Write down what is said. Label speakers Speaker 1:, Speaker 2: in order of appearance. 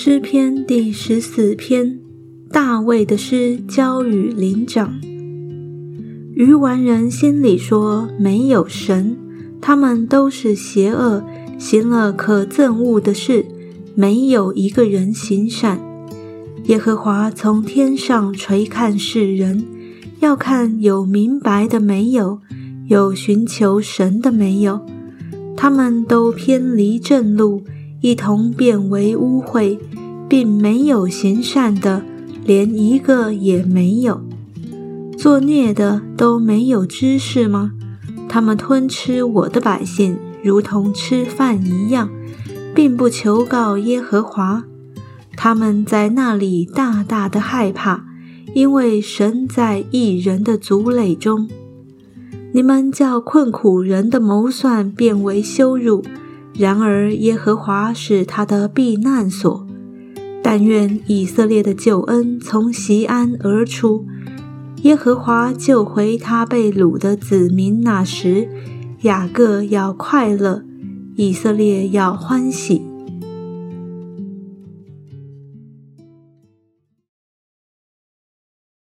Speaker 1: 诗篇第14篇，大卫的诗交与灵长。愚顽人心里说，没有神，他们都是邪恶，行了可憎恶的事，没有一个人行善。耶和华从天上垂看世人，要看有明白的没有，有寻求神的没有。他们都偏离正路，一同变为污秽，并没有行善的，连一个也没有。作孽的都没有知识吗？他们吞吃我的百姓，如同吃饭一样，并不求告耶和华。他们在那里大大的害怕，因为神在义人的族类中。你们叫困苦人的谋算变为羞辱，然而耶和华是他的避难所。但愿以色列的救恩从锡安而出，耶和华救回他被掳的子民那时，雅各要快乐，以色列要欢喜。